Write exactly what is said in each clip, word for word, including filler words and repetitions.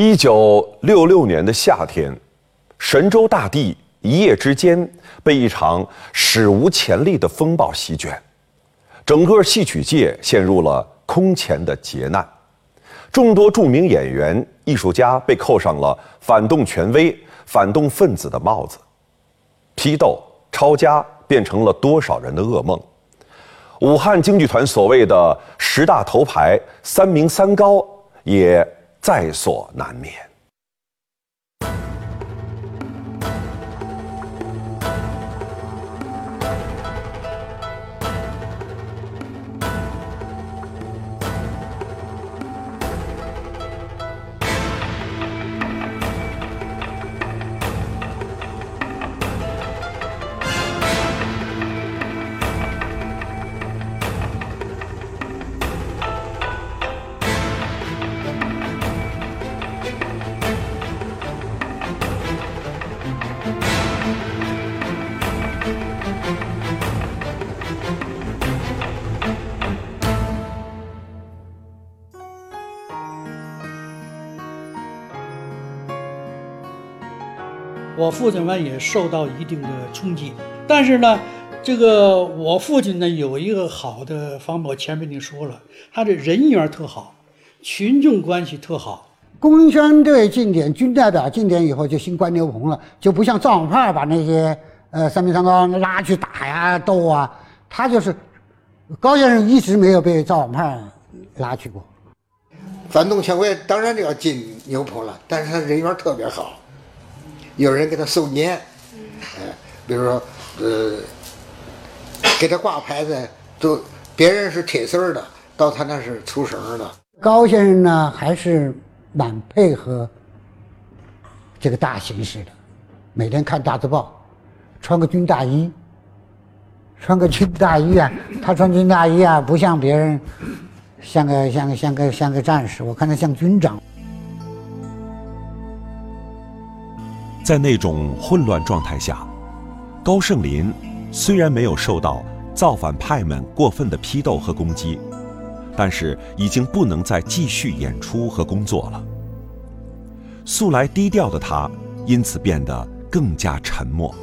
一九六六年的夏天，神州大地一夜之间被一场史无前例的风暴席卷，整个戏曲界陷入了空前的劫难。众多著名演员、艺术家被扣上了反动权威、反动分子的帽子，批斗、抄家变成了多少人的噩梦。武汉京剧团所谓的十大头牌、三名三高也在所难免。 我父亲呢也受到一定的冲击，但是呢，这个我父亲呢有一个好的方面，我前面已经说了，他的人缘特好，群众关系特好。 工宣队进点，军代表进点以后就兴关牛棚了，就不像赵永派把那些呃三名三高拉去打呀斗啊，他就是高先生一直没有被赵永派拉去过。 反动权威当然就要进牛棚了，但是他人缘特别好。有人给他收年，呃，比如说，呃，给他挂牌子，都别人是铁丝的，到他那是粗绳的。 高先生呢，还是蛮配合这个大形势的，每天看大字报，穿个军大衣，穿个军大衣啊，他穿军大衣啊，不像别人，像个像个像个像个战士，我看他像军长。 在那种混乱状态下，高盛林虽然没有受到造反派们过分的批斗和攻击，但是已经不能再继续演出和工作了。素来低调的他，因此变得更加沉默。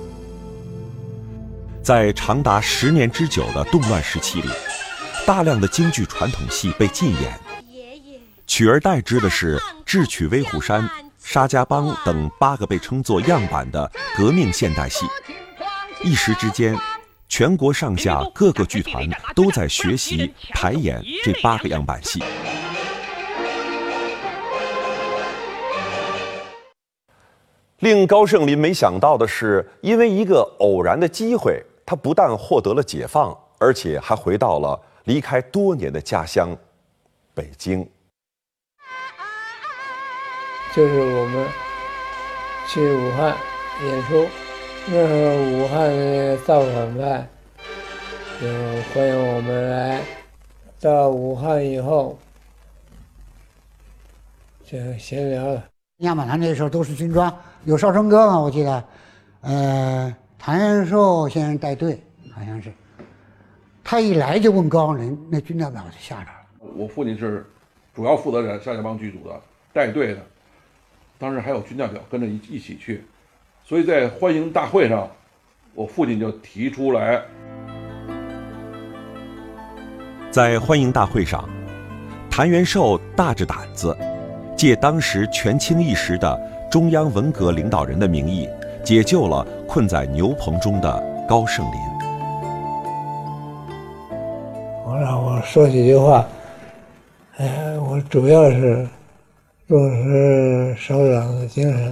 在长达十年之久的动乱时期里，大量的京剧传统戏被禁演，取而代之的是智取威虎山、沙家浜等八个被称作样板的革命现代戏。一时之间，全国上下各个剧团都在学习排演这八个样板戏。 令高盛林没想到的是，因为一个偶然的机会，他不但获得了解放，而且还回到了离开多年的家乡北京。 就是我们去武汉演出，那时候武汉的造反派就欢迎我们来。到武汉以后就闲聊了。 样板团那时候都是军装，有少春哥嘛，我记得，呃，谭元寿先生带队，好像是。他一来就问高盛林，那军代表就吓着了。 我父亲是主要负责人，沙家浜剧组的带队的。当时还有军代表跟着一一起去，所以在欢迎大会上，我父亲就提出来。 在欢迎大会上，谭元寿大着胆子，借当时权倾一时的中央文革领导人的名义，解救了困在牛棚中的高盛林。 我让我说几句话，哎，我主要是落实首长的精神，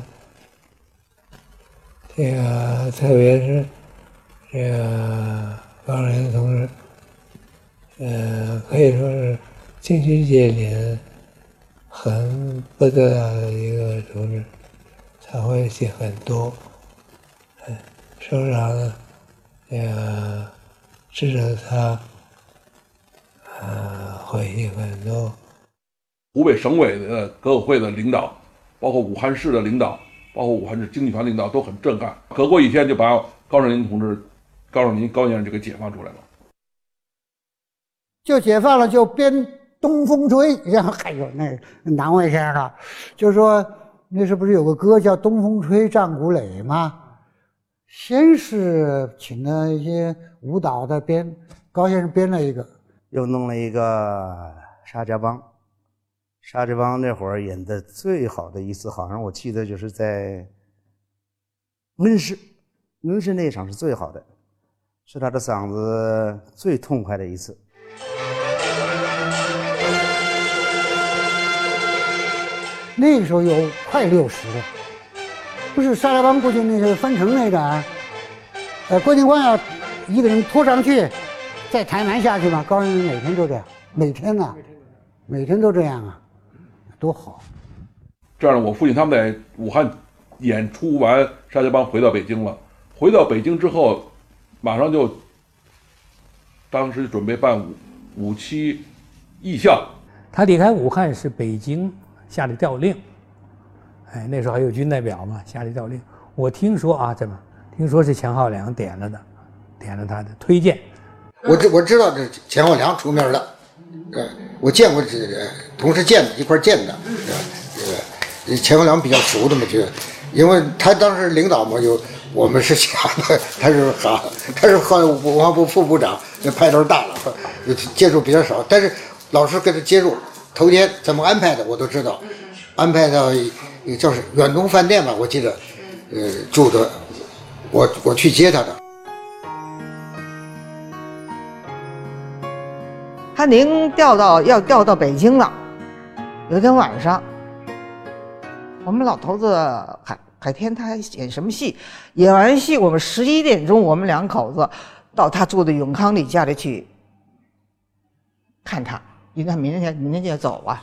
这个特别是这个高盛林同志，呃，可以说是京剧界里很不得了的一个同志，他会写很多，嗯，首长呢，这个支持他，呃，会写很多。 湖北省委的革委会的领导，包括武汉市的领导，包括武汉市京剧团领导都很震撼。隔过一天就把高盛林同志、高盛林高先生就给解放出来了。 就解放了，就编东风吹，然后还有那难为先生了，就是说那时候不是有个歌叫《东风吹，战鼓擂》吗？先是请了一些舞蹈的编，高先生编了一个， 又弄了一个沙家浜。沙家浜那会儿演的最好的一次，好像我记得就是在温室，温室那一场是最好的，是他的嗓子最痛快的一次。 那个时候有快六十了，不是沙家浜过去那个分成那个啊，呃，郭定光要一个人拖上去，再抬完下去嘛。高先生每天都这样，每天呐、啊，每天都这样啊，多好。 这样，我父亲他们在武汉演出完沙家浜回到北京了。回到北京之后，马上就当时准备办五五七艺校。 他离开武汉是北京下的调令，哎，那时候还有军代表嘛，下的调令。我听说啊，怎么听说是钱浩良点了的，点了他的推荐。 我知我知道这钱浩良出面了，呃，我见过这个，同时见的一块见的，呃，钱浩良比较熟的嘛，就因为他当时领导嘛，有我们是下的，他是哈，他是后来文化部副部长，那派头大了，接触比较少，但是老师跟他接触。头天怎么安排的我都知道，安排到一个叫是远东饭店吧，我记得，呃，住的，我我去接他的。 他您调到要调到北京了，有一天晚上，我们老头子海海天他演什么戏，演完戏我们十一点钟，我们两口子到他住的永康里家里去看他。因为他明天明天就要走啊，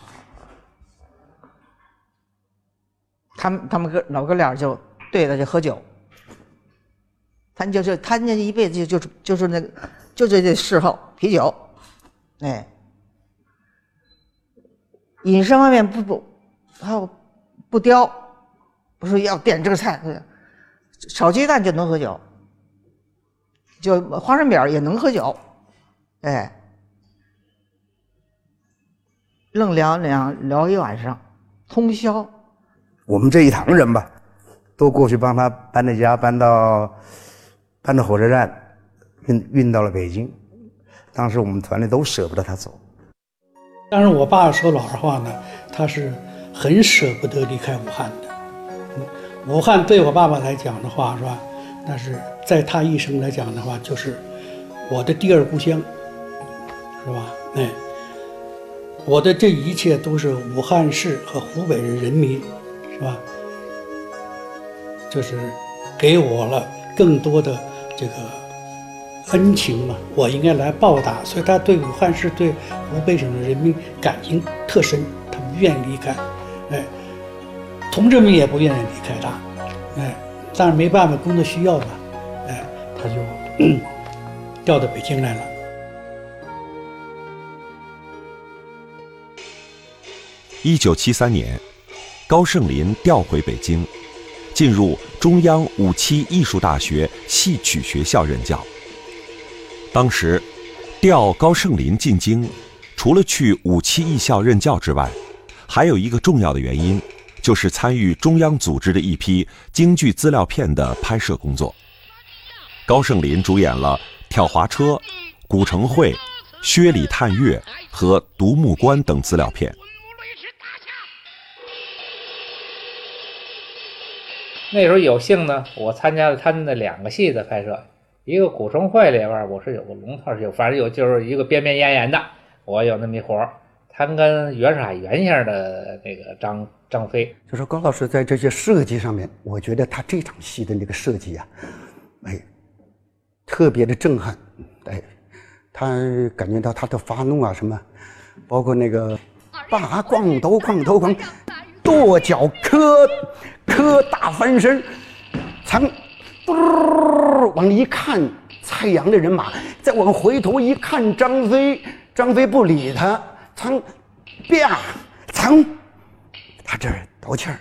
他们他们哥老哥俩就对着就喝酒，他就是他那一辈子就就是就是那个就是这嗜好啤酒，哎，饮食方面不不还有不刁，不是要点这个菜，炒鸡蛋就能喝酒，就花生米也能喝酒，哎。愣聊聊聊一晚上，通宵。 我们这一堂人吧，都过去帮他搬的家，搬到搬到火车站，运运到了北京。当时我们团里都舍不得他走。 但是我爸说老实话呢，他是很舍不得离开武汉的。武汉对我爸爸来讲的话，是吧？那是在他一生来讲的话，就是我的第二故乡，是吧？哎。我的这一切都是武汉市和湖北人人民，是吧？就是给我了更多的这个恩情嘛，我应该来报答。所以他对武汉市、对湖北省的人民感情特深，他不愿意离开。哎，同志们也不愿意离开他，哎，但是没办法，工作需要嘛，哎，他就嗯调到北京来了。 一九七三年，高盛林调回北京，进入中央五七艺术大学戏曲学校任教。当时，调高盛林进京，除了去五七艺校任教之外，还有一个重要的原因，就是参与中央组织的一批京剧资料片的拍摄工作。高盛林主演了《挑滑车》《古城会》《薛礼探月》和《独木关》等资料片。 那时候有幸呢，我参加了他们的两个戏的拍摄，一个古城会里边我是有个龙套，有反正有就是一个边边沿沿的，我有那么一活儿。他跟袁世海袁先生的那个张张飞， 就说高老师在这些设计上面，我觉得他这场戏的那个设计啊，哎，特别的震撼。哎，他感觉到他的发怒啊什么，包括那个把光头光头光。跺脚磕磕大翻身，藏，往里一看，蔡阳的人马，再往回头一看，张飞，张飞不理他，藏，啪，藏，他这儿倒气儿，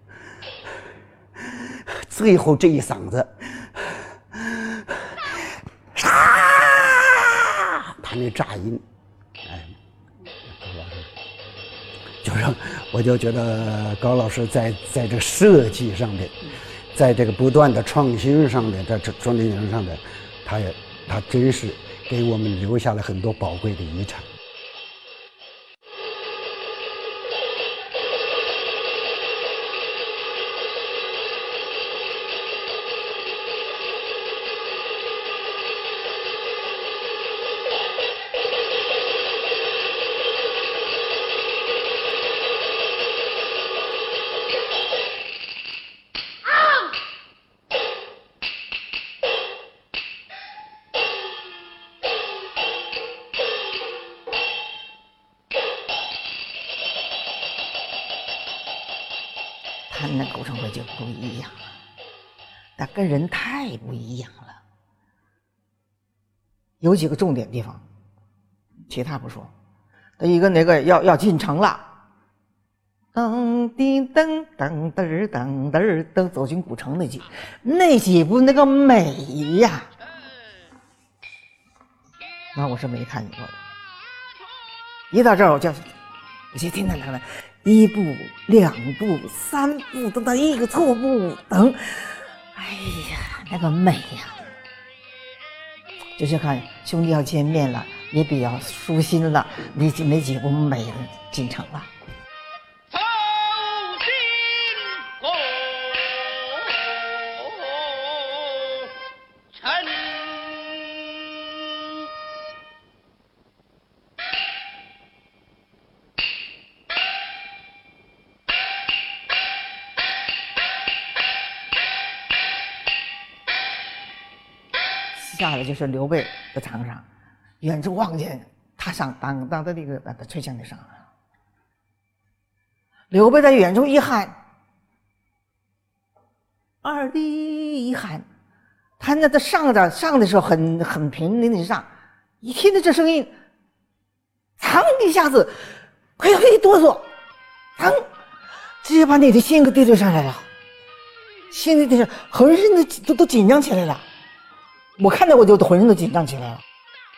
最后这一嗓子，杀，他那炸音，哎， 上，我就觉得高老师在在这设计上面，在这个不断的创新上面，在这装订上面，他也他真是给我们留下了很多宝贵的遗产。 他那古城会就不一样了，他跟人太不一样了。有几个重点地方，其他不说。一个那个要要进城了，噔滴噔噔噔噔噔噔，走进古城那几那几部那个美呀，那我是没看过的。一到这儿我就我就听他那个。一步、两步、三步，等到一个错步，等，哎呀，那个美呀！就是看兄弟要见面了，也比较舒心了，那几那几步美进城了。下来就是刘备的场上，远处望见他上当当的那个他吹枪就上了。刘备在远处一喊，二弟一喊，他那他上的上的时候很很平林林上，一听到这声音，噌一下子，嘿嘿哆嗦，噌，直接把你的心给提溜上来了，心里的浑身的都都紧张起来了。我看到我就浑身都紧张起来了。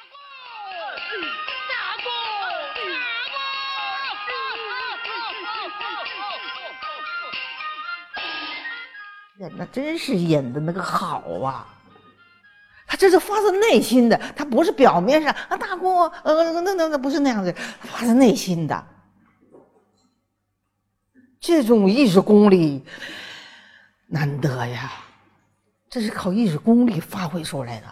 那真是演的那个好啊！他这是发自内心的，他不是表面上啊大哥，呃，那那那不是那样子，发自内心的。这种艺术功力难得呀。这是靠艺术功力发挥出来的。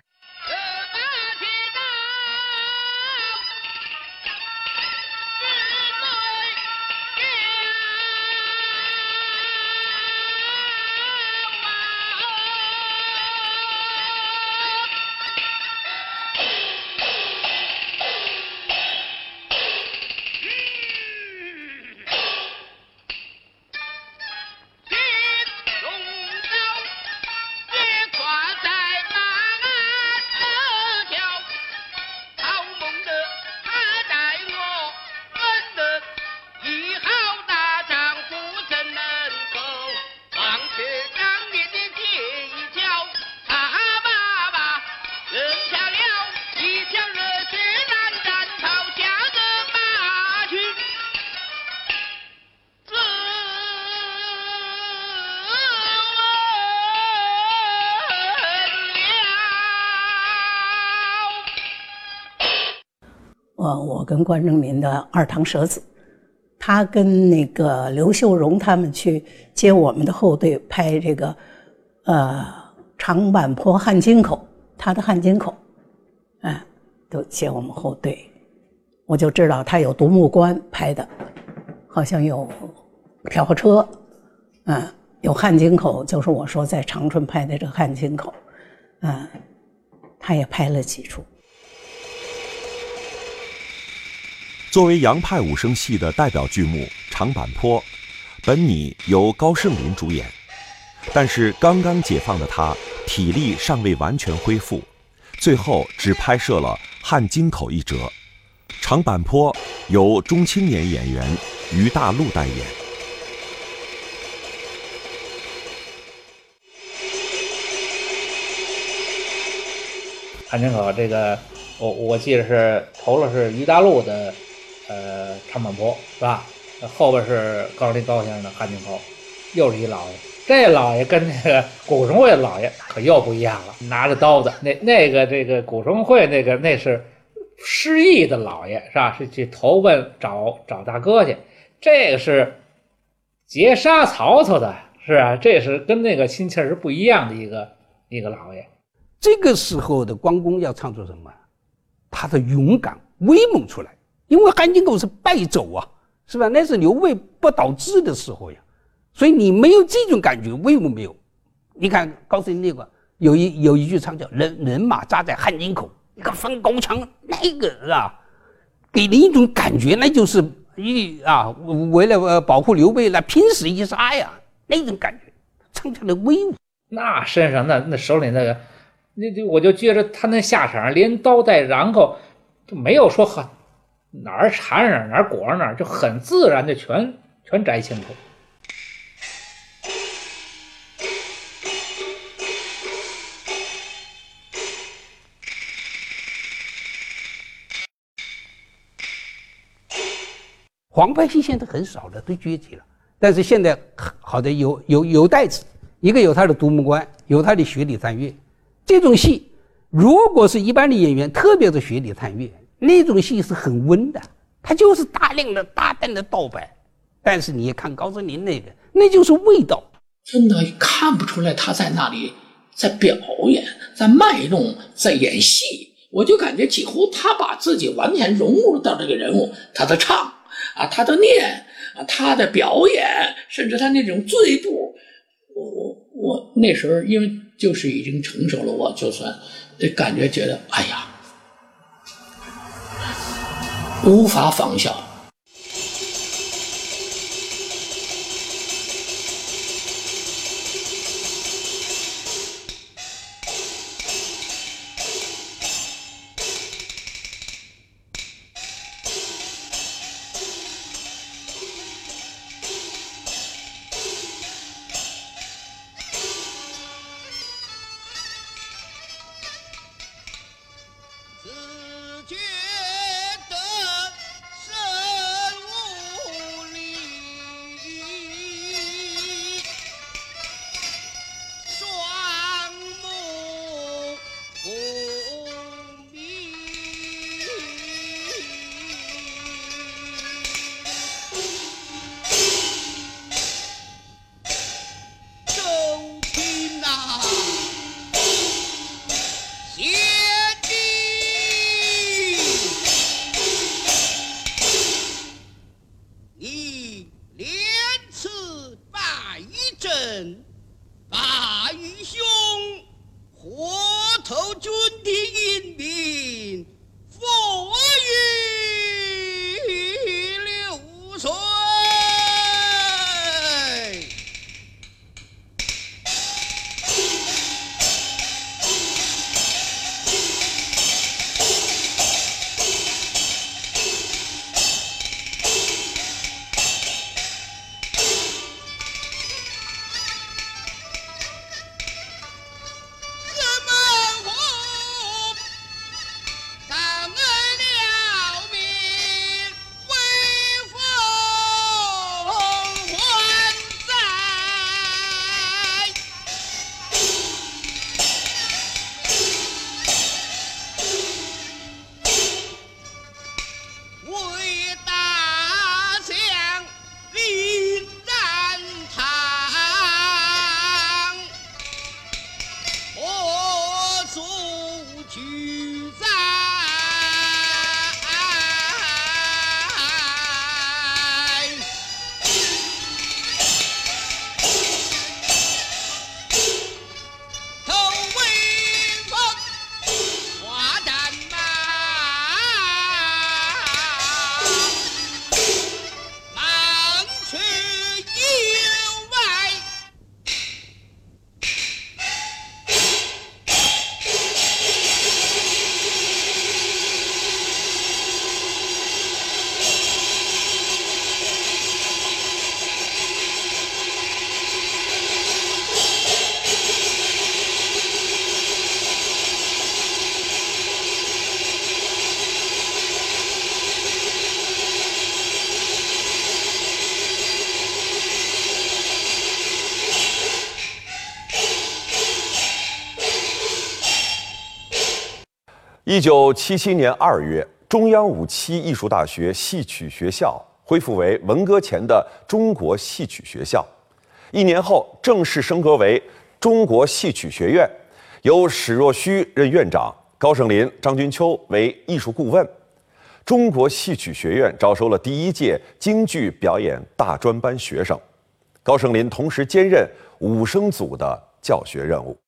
呃，我跟关正民的二堂舍子，他跟那个刘秀荣他们去接我们的后队拍这个，呃，长坂坡汉津口，他的汉津口，哎、呃，都接我们后队，我就知道他有独木关拍的，好像有瓢车，嗯、呃，有汉津口，就是我说在长春拍的这个汉津口，嗯、呃，他也拍了几出。 作为洋派武生系的代表剧目《长坂坡》，本拟由高盛林主演，但是刚刚解放的他体力尚未完全恢复，最后只拍摄了汉津口一折。长坂坡由中青年演员于大陆代言。 汉津口这个，我我记得是投了是于大陆的。呃，长坂坡是吧？ 后边是高林高先生的汉津口，又是一老爷。这老爷跟那个古城会的老爷可又不一样了，拿着刀子。那那个这个古城会那个那是失意的老爷是吧？是去投奔找找大哥去。这个是劫杀曹操的，是啊，这是跟那个心气儿是不一样的一个一个老爷。 这个时候的关公要唱出什么？他的勇敢威猛出来，因为汉津口是败走啊，是吧？那是刘备不导致的时候呀。所以你没有这种感觉，为什么没有？你看高僧那个有一有一句唱叫人人马扎在汉津口，那个放高腔，那个啊，给人一种感觉，那就是一啊，为了保护刘备来拼死一杀呀，那种感觉，唱出来威武。 那身上那那手里那个，那就我就觉得他那下场连刀带然后就没有说很哪儿缠上哪儿裹上哪儿，就很自然的全全摘清楚。 黄牌戏现在很少了，都绝迹了。但是现在好的有有有带子，一个有他的独木官，有他的雪里探月。这种戏，如果是一般的演员，特别是雪里探月，那种戏是很温的，他就是大量的大胆的倒白。但是你看高僧林那个，那就是味道， 真的看不出来他在那里在表演，在卖弄，在演戏。我就感觉几乎他把自己完全融入到这个人物，他的唱啊，他的念啊，他的表演，甚至他那种醉步，我我我那时候因为就是已经成熟了，我就算感觉觉得，哎呀，无法仿效。 一九七七年二月，中央五七艺术大学戏曲学校恢复为文革前的中国戏曲学校。一年后，正式升格为中国戏曲学院，由史若虚任院长，高盛林、张君秋为艺术顾问。中国戏曲学院招收了第一届京剧表演大专班学生，高盛林同时兼任武生组的教学任务。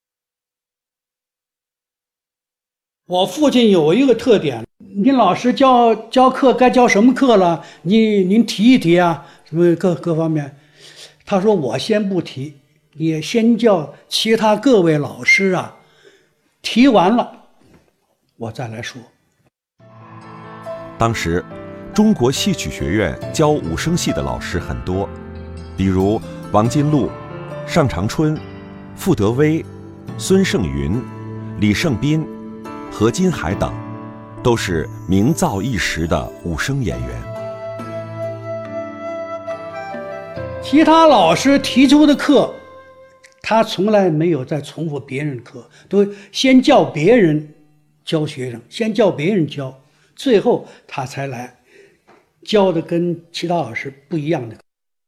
我父亲有一个特点，您老师教教课该教什么课了？您您提一提啊，什么各各方面？他说我先不提，也先叫其他各位老师啊，提完了我再来说。 当时，中国戏曲学院教武生戏的老师很多，比如王金禄、尚长春、傅德威、孙胜云、李胜斌、何金海等，都是名噪一时的武生演员。 其他老师提出的课，他从来没有再重复别人的课，都先叫别人教学生，先叫别人教，最后他才来教的跟其他老师不一样的。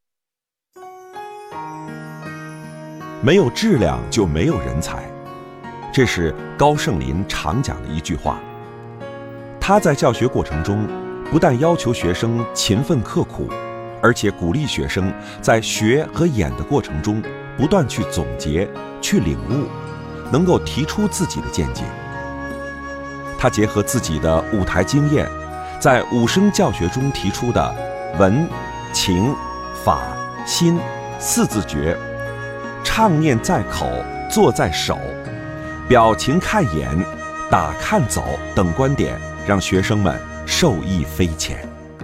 没有质量就没有人才，这是高盛林常讲的一句话。他在教学过程中，不但要求学生勤奋刻苦，而且鼓励学生在学和演的过程中不断去总结、去领悟，能够提出自己的见解。他结合自己的舞台经验，在武生教学中提出的文、情、法、心四字诀，唱念在口，做在手，表情看眼，打看走等观点，让学生们受益匪浅。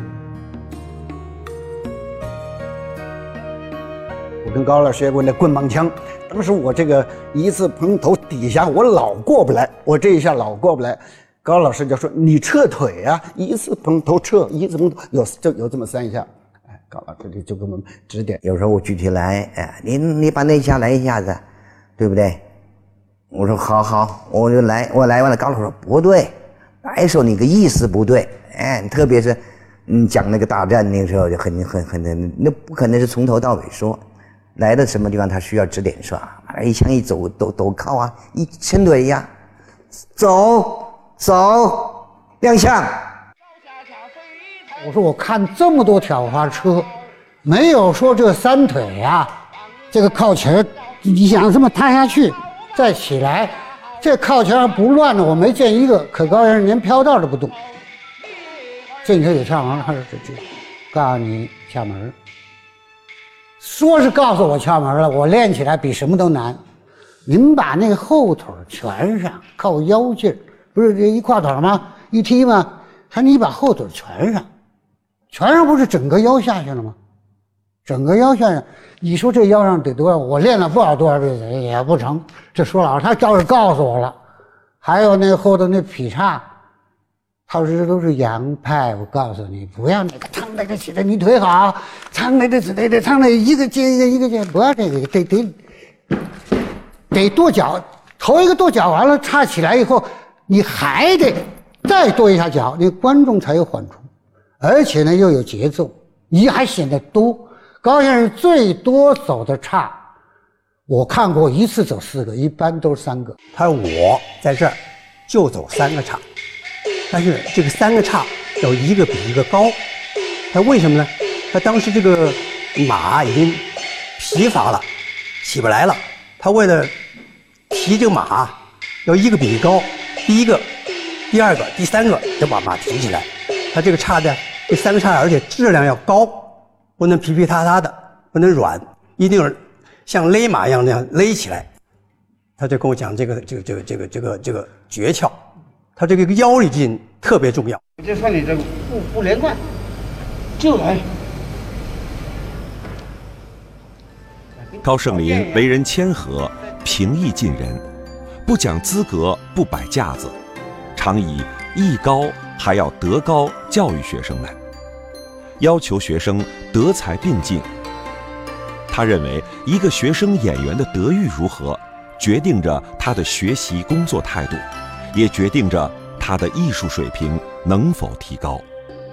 我跟高老师学过那棍棒枪，当时我这个一字碰头底下我老过不来，我这一下老过不来，高老师就说你撤腿啊，一字碰头撤，一字碰头有就有这么三下。哎，高老师就给我们指点。 有时候我具体来，哎，你你把那一下来一下子，对不对？我说好好，我就来，我来完了。高老师说不对，来说你个意思不对，哎，特别是嗯讲那个大战那个时候就很很很那不可能是从头到尾说。来到什么地方他需要指点是吧？一枪一走都都靠啊，一伸腿呀，走走亮相。 我说我看这么多挑花车，没有说这三腿呀、啊，这个靠前你想这么塌下去再起来，这靠前不乱了，我没见一个。可高人连飘道都不动，进去得窍门，还是这这，告诉你窍门。说是告诉我窍门了，我练起来比什么都难。您把那个后腿全上，靠腰劲儿，不是这一跨腿吗？一踢吗？还你把后腿全上，全上不是整个腰下去了吗？整个腰下去，你说这腰上得多少？我练了不知道多少辈子也不成。这说老实，他倒是告诉我了。还有那后头那劈叉，他说这都是洋派，我告诉你，不要那个趟来的起来，你腿好，趟来的起来的，趟来一个接一个，一个接，不要这个，得得得跺脚，头一个跺脚完了，叉起来以后，你还得再跺一下脚，那观众才有缓冲，而且呢又有节奏，你还显得多。高先生最多走的叉，我看过一次走四个，一般都是三个。 他说我在这儿就走三个叉。但是这个三个叉要一个比一个高，他为什么呢？他当时这个马已经疲乏了，起不来了。他为了提这个马，要一个比一个高，第一个、第二个、第三个要把马提起来。他这个叉的这三个叉，而且质量要高，不能皮皮塌塌的，不能软，一定是像勒马一样那样勒起来。他就跟我讲这个这个这个这个这个这个诀窍。他这个腰力劲特别重要。 就说你这个不不连贯，就来。 高盛林为人谦和，平易近人，不讲资格，不摆架子，常以艺高还要德高教育学生们，要求学生德才并进。他认为，一个学生演员的德育如何，决定着他的学习工作态度。 也决定着他的艺术水平能否提高。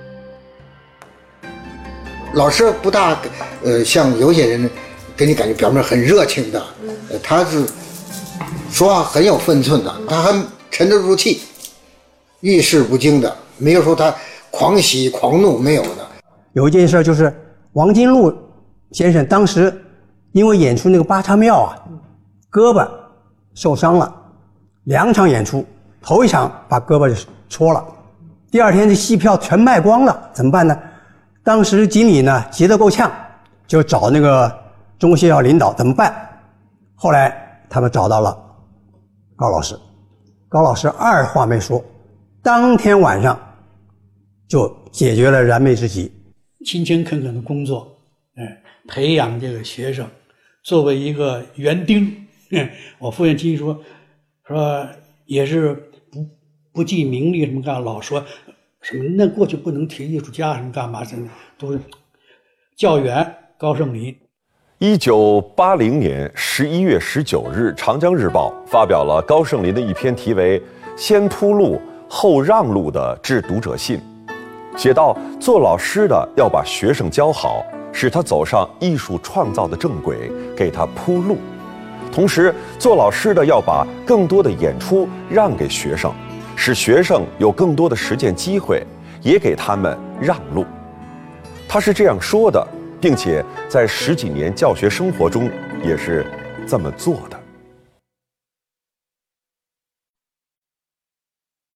老师不大，呃，像有些人给你感觉表面很热情的，呃，他是说话很有分寸的，他很沉得住气，遇事不惊的，没有说他狂喜狂怒，没有的。 有一件事就是王金禄先生当时因为演出那个八叉庙啊，胳膊受伤了，两场演出，头一场把胳膊就戳了，第二天的戏票全卖光了，怎么办呢？当时经理呢急得够呛，就找那个中戏校领导怎么办？后来他们找到了高老师，高老师二话没说，当天晚上就解决了燃眉之急。 勤勤恳恳的工作，哎，培养这个学生，作为一个园丁，嗯，我父亲听说说也是不不计名利什么干，老说什么那过去不能提艺术家什么干嘛，真的都是教员高胜林。 一九八零年十一月十九日，《长江日报》发表了高胜林的一篇题为《先铺路后让路》的致读者信，写道：做老师的要把学生教好，使他走上艺术创造的正轨，给他铺路；同时，做老师的要把更多的演出让给学生，使学生有更多的实践机会，也给他们让路。他是这样说的，并且在十几年教学生活中也是这么做的。